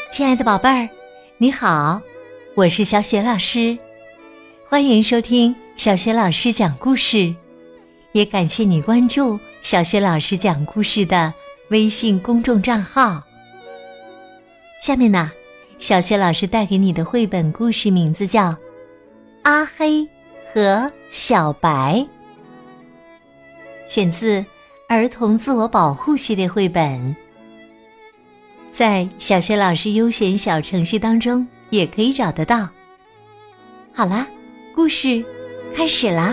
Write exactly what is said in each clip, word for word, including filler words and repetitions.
亲爱的宝贝儿，你好，我是小雪老师，欢迎收听小雪老师讲故事，也感谢你关注小雪老师讲故事的微信公众账号。下面呢，小雪老师带给你的绘本故事名字叫《阿黑和小白》，选自儿童自我保护系列绘本。在小学老师优选小程序当中也可以找得到。好啦，故事开始啦。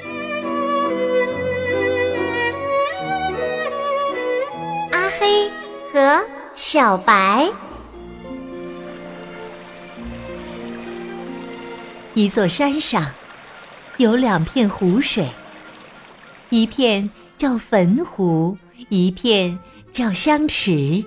阿黑和小白。 一座山上有两片湖水，一片叫汾湖，一片叫香池。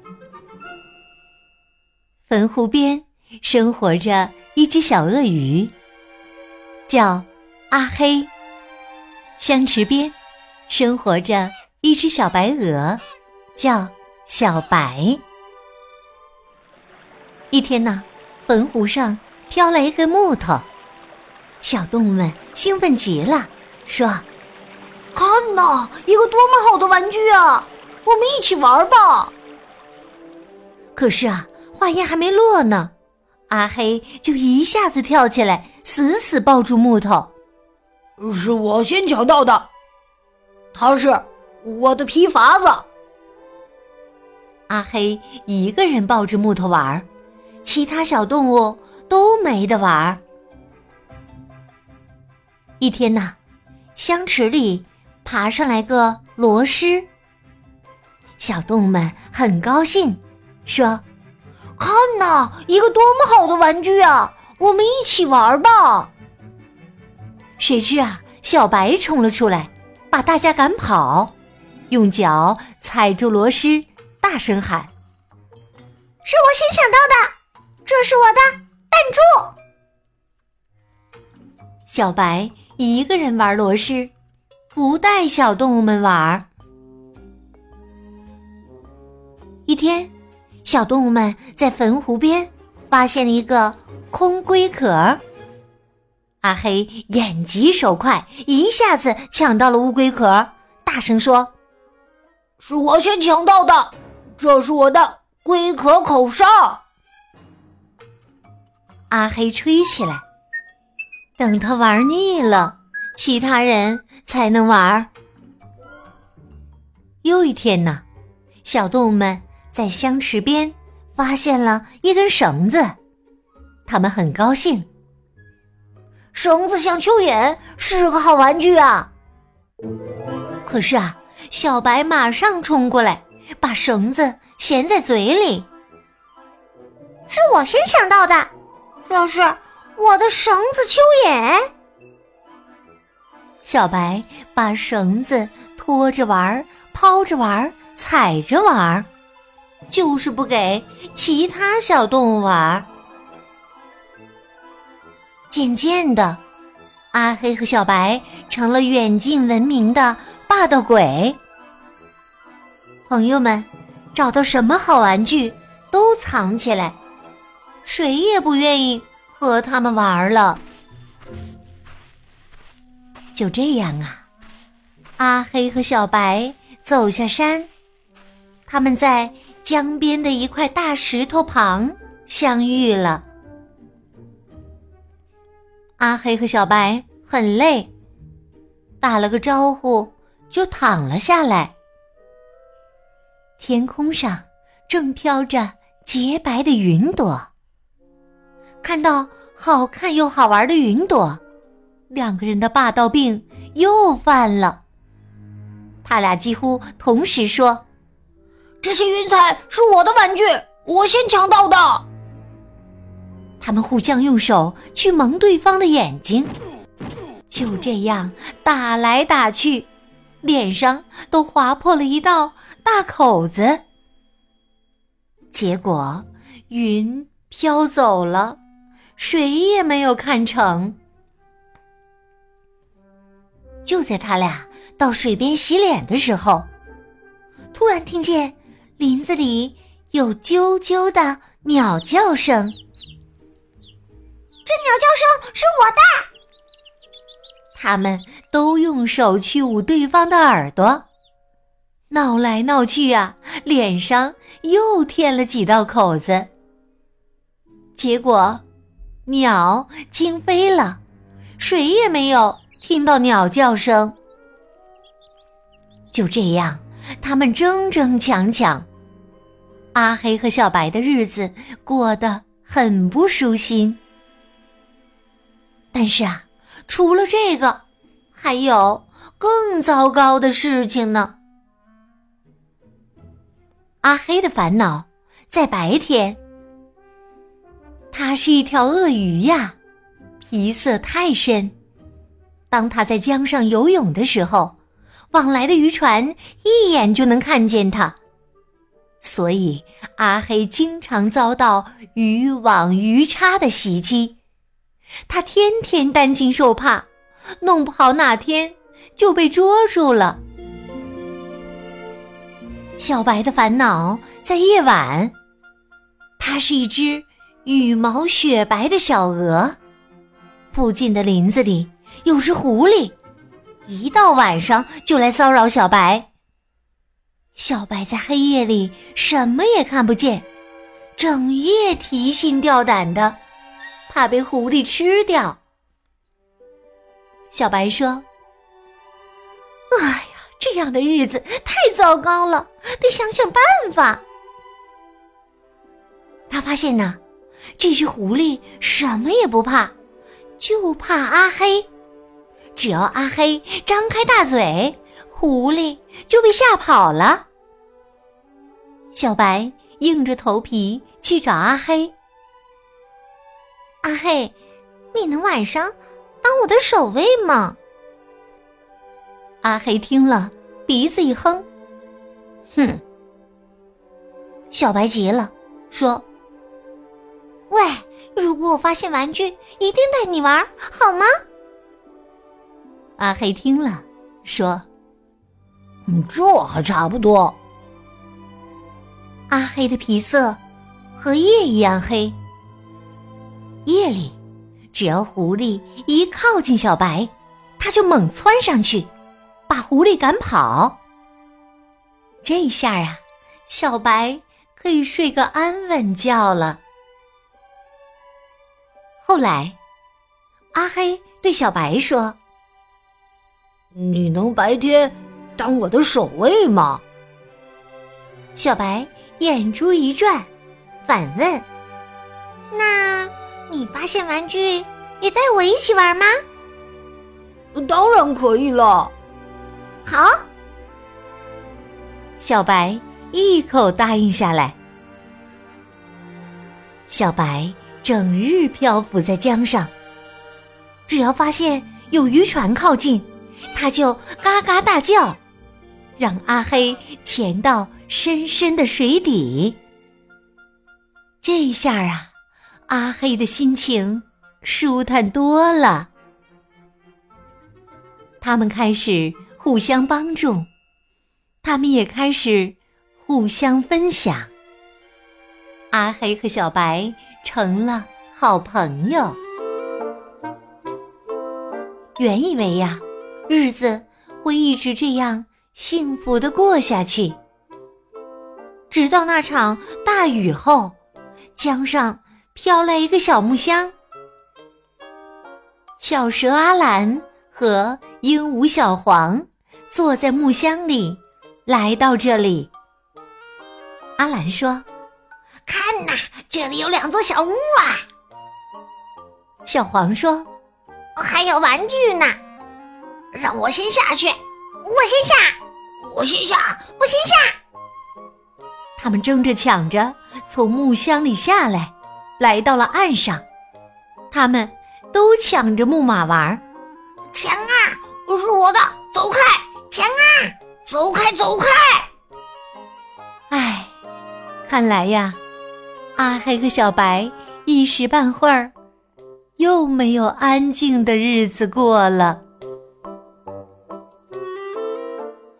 汾湖边生活着一只小鳄鱼，叫阿黑。香池边生活着一只小白鹅，叫小白。一天呢，汾湖上飘来一根木头，小动物们兴奋极了，说： 看哪，一个多么好的玩具啊，我们一起玩吧。 可是啊，话音还没落呢，阿黑就一下子跳起来，死死抱住木头。 是我先抢到的，它是我的皮筏子。 阿黑一个人抱着木头玩，其他小动物都没得玩。一天呐，香池里爬上来个螺蛳，小动物们很高兴，说： 看哪，一个多么好的玩具啊，我们一起玩吧。 谁知啊，小白冲了出来，把大家赶跑，用脚踩住螺蛳，大声喊： 是我先抢到的，这是我的弹珠。 小白一个人玩螺蛳，不带小动物们玩。一天，小动物们在汾湖边发现了一个空龟壳，阿黑眼疾手快，一下子抢到了乌龟壳，大声说： 是我先抢到的，这是我的龟壳口哨。 阿黑吹起来，等他玩腻了，其他人才能玩。又一天呢，小动物们在香池边发现了一根绳子，他们很高兴。 绳子像蚯蚓，是个好玩具啊。 可是啊，小白马上冲过来，把绳子衔在嘴里。 是我先抢到的，这是我的绳子蚯蚓。 小白把绳子拖着玩，抛着玩，踩着玩，就是不给其他小动物玩。渐渐的，阿黑和小白成了远近闻名的霸道鬼。朋友们找到什么好玩具都藏起来，谁也不愿意和他们玩了。就这样啊，阿黑和小白走下山，他们在江边的一块大石头旁相遇了。阿黑和小白很累，打了个招呼就躺了下来。天空上正飘着洁白的云朵，看到好看又好玩的云朵，两个人的霸道病又犯了。他俩几乎同时说： 这些云彩是我的玩具，我先抢到的。 他们互相用手去蒙对方的眼睛，就这样打来打去，脸上都划破了一道大口子。结果云飘走了，谁也没有看成。就在他俩到水边洗脸的时候，突然听见林子里有啾啾的鸟叫声。 这鸟叫声是我的！ 他们都用手去捂对方的耳朵，闹来闹去啊，脸上又添了几道口子。结果鸟惊飞了，谁也没有听到鸟叫声。就这样，他们争争抢抢，阿黑和小白的日子过得很不舒心。但是啊，除了这个，还有更糟糕的事情呢。阿黑的烦恼在白天，他是一条鳄鱼呀，皮色太深。当他在江上游泳的时候，往来的渔船一眼就能看见他，所以阿黑经常遭到渔网鱼叉的袭击。他天天担惊受怕，弄不好哪天就被捉住了。小白的烦恼在夜晚，它是一只羽毛雪白的小鹅，附近的林子里有只狐狸，一到晚上就来骚扰小白。小白在黑夜里什么也看不见，整夜提心吊胆的，怕被狐狸吃掉。小白说：哎呀，这样的日子太糟糕了，得想想办法。他发现呢，这只狐狸什么也不怕，就怕阿黑。只要阿黑张开大嘴，狐狸就被吓跑了。小白硬着头皮去找阿黑。 阿黑，你能晚上当我的守卫吗？ 阿黑听了，鼻子一哼，哼。小白急了，说： 喂，如果我发现玩具，一定带你玩，好吗？ 阿黑听了，说： 嗯，这还差不多。 阿黑的皮色和夜一样黑。夜里，只要狐狸一靠近小白，他就猛窜上去，把狐狸赶跑。这下啊，小白可以睡个安稳觉了。后来，阿黑对小白说： 你能白天当我的守卫吗？ 小白眼珠一转，反问： 那你发现玩具也带我一起玩吗？ 当然可以了。 好。 小白一口答应下来。小白整日漂浮在江上，只要发现有渔船靠近，他就嘎嘎大叫，让阿黑潜到深深的水底。这下啊，阿黑的心情舒坦多了。他们开始互相帮助，他们也开始互相分享。阿黑和小白成了好朋友。原以为呀，日子会一直这样幸福地过下去，直到那场大雨后，江上飘来一个小木箱。小蛇阿兰和鹦鹉小黄坐在木箱里，来到这里。阿兰说： 看呐，这里有两座小屋啊。 小黄说： 还有玩具呢，让我先下去，我先下，我先下，我先下。 他们争着抢着从木箱里下来，来到了岸上。他们都抢着木马玩。 抢啊，是我的，走开！抢啊，走开，走开！ 唉，看来呀，阿黑和小白一时半会儿又没有安静的日子过了。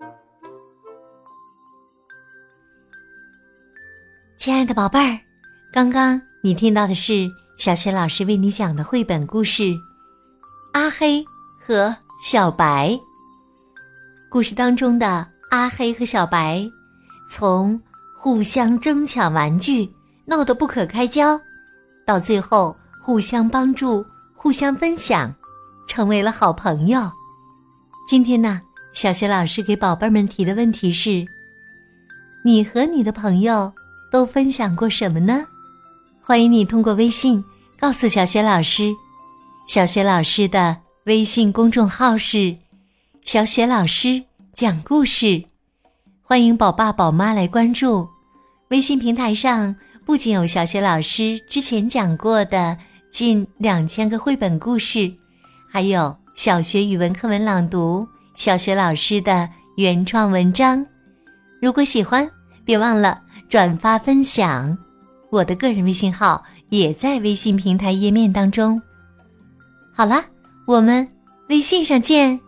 亲爱的宝贝儿， 刚刚你听到的是小雪老师为你讲的绘本故事《阿黑和小白》。故事当中的阿黑和小白从互相争抢玩具闹得不可开交，到最后互相帮助互相分享，成为了好朋友。今天呢，小雪老师给宝贝们提的问题是：你和你的朋友都分享过什么呢？欢迎你通过微信告诉小雪老师。小雪老师的微信公众号是小雪老师讲故事，欢迎宝爸宝妈来关注。微信平台上不仅有小雪老师之前讲过的近两千个绘本故事，还有小学语文课文朗读，小学老师的原创文章。如果喜欢，别忘了转发分享。我的个人微信号也在微信平台页面当中。好啦，我们微信上见。